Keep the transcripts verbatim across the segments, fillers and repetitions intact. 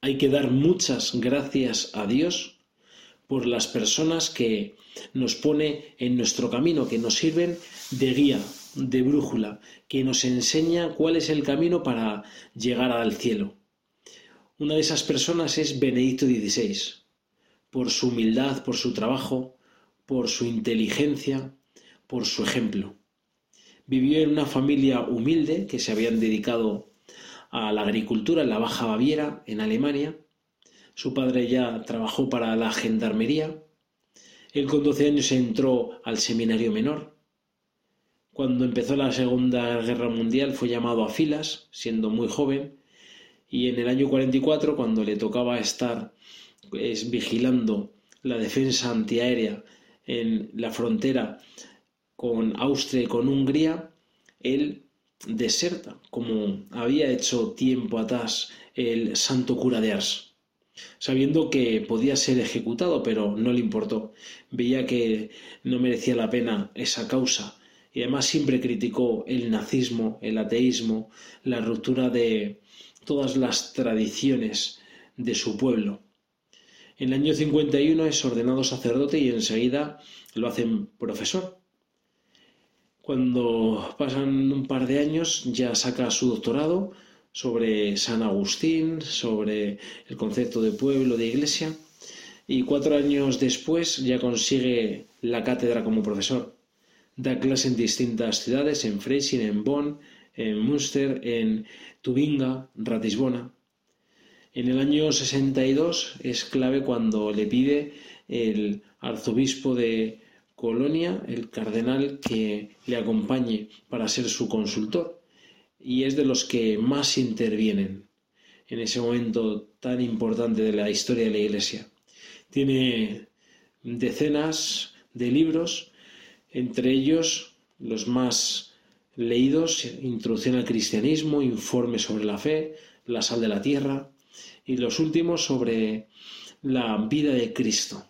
Hay que dar muchas gracias a Dios por las personas que nos pone en nuestro camino, que nos sirven de guía, de brújula, que nos enseña cuál es el camino para llegar al cielo. Una de esas personas es Benedicto dieciséis, por su humildad, por su trabajo, por su inteligencia, por su ejemplo. Vivió en una familia humilde que se habían dedicado a la agricultura en la Baja Baviera, en Alemania. Su padre ya trabajó para la gendarmería. Él con doce años entró al seminario menor. Cuando empezó la Segunda Guerra Mundial fue llamado a filas, siendo muy joven, y en el año cuarenta y cuatro, cuando le tocaba estar pues, vigilando la defensa antiaérea en la frontera con Austria y con Hungría, él deserta, como había hecho tiempo atrás el santo cura de Ars, sabiendo que podía ser ejecutado, pero no le importó. Veía que no merecía la pena esa causa y además siempre criticó el nazismo, el ateísmo, la ruptura de todas las tradiciones de su pueblo. En el año cincuenta y uno es ordenado sacerdote y enseguida lo hacen profesor. Cuando pasan un par de años ya saca su doctorado sobre San Agustín, sobre el concepto de pueblo, de iglesia, y cuatro años después ya consigue la cátedra como profesor. Da clase en distintas ciudades, en Freising, en Bonn, en Münster, en Tubinga, Ratisbona. En el año sesenta y dos es clave cuando le pide el arzobispo de Colonia, el cardenal, que le acompañe para ser su consultor, y es de los que más intervienen en ese momento tan importante de la historia de la Iglesia. Tiene decenas de libros, entre ellos los más leídos: Introducción al cristianismo, Informe sobre la fe, La sal de la tierra, y los últimos sobre la vida de Cristo.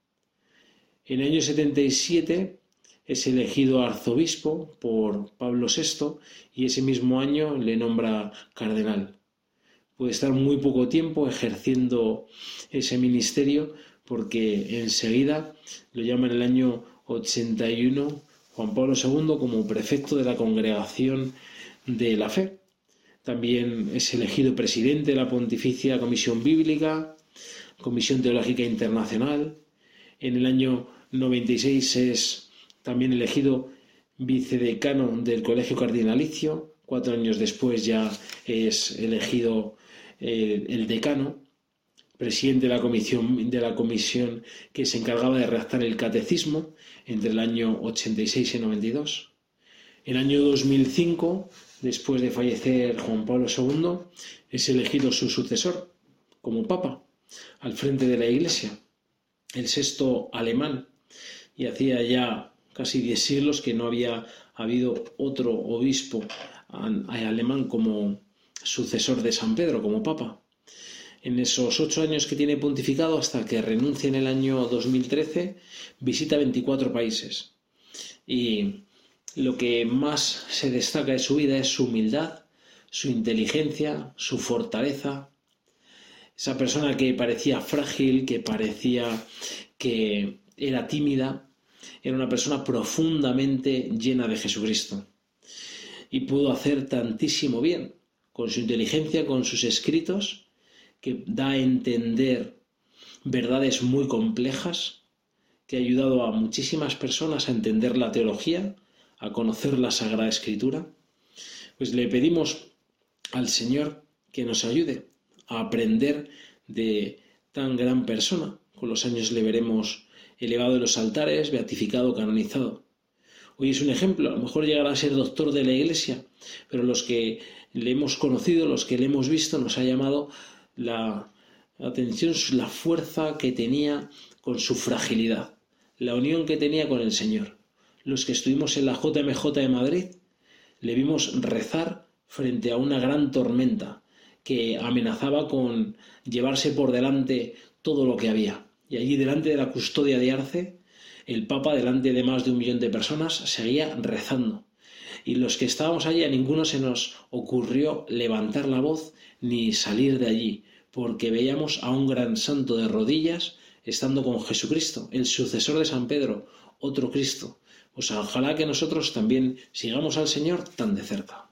En el año setenta y siete es elegido arzobispo por Pablo sexto y ese mismo año le nombra cardenal. Puede estar muy poco tiempo ejerciendo ese ministerio porque enseguida lo llama en el año ochenta y uno Juan Pablo segundo como prefecto de la Congregación de la Fe. También es elegido presidente de la Pontificia Comisión Bíblica, Comisión Teológica Internacional. En el año noventa y seis es también elegido vicedecano del Colegio Cardinalicio. Cuatro años después ya es elegido eh, el decano, presidente de la comisión, de la comisión que se encargaba de redactar el catecismo entre el año ochenta y seis y noventa y dos. En el año dos mil cinco, después de fallecer Juan Pablo segundo, es elegido su sucesor como papa al frente de la Iglesia, el sexto alemán, y hacía ya casi diez siglos que no había habido otro obispo alemán como sucesor de San Pedro, como papa. En esos ocho años que tiene pontificado, hasta que renuncia en el año dos mil trece, visita veinticuatro países. Y lo que más se destaca de su vida es su humildad, su inteligencia, su fortaleza. Esa persona que parecía frágil, que parecía que era tímida, era una persona profundamente llena de Jesucristo. Y pudo hacer tantísimo bien con su inteligencia, con sus escritos, que da a entender verdades muy complejas, que ha ayudado a muchísimas personas a entender la teología, a conocer la Sagrada Escritura. Pues le pedimos al Señor que nos ayude a aprender de tan gran persona. Con los años le veremos elevado en los altares, beatificado, canonizado. Hoy es un ejemplo, a lo mejor llegará a ser doctor de la Iglesia, pero los que le hemos conocido, los que le hemos visto, nos ha llamado la atención, la fuerza que tenía con su fragilidad, la unión que tenía con el Señor. Los que estuvimos en la J M J de Madrid, le vimos rezar frente a una gran tormenta que amenazaba con llevarse por delante todo lo que había. Y allí, delante de la custodia de Arce, el Papa, delante de más de un millón de personas, seguía rezando. Y los que estábamos allí, a ninguno se nos ocurrió levantar la voz ni salir de allí, porque veíamos a un gran santo de rodillas estando con Jesucristo, el sucesor de San Pedro, otro Cristo. Pues ojalá que nosotros también sigamos al Señor tan de cerca.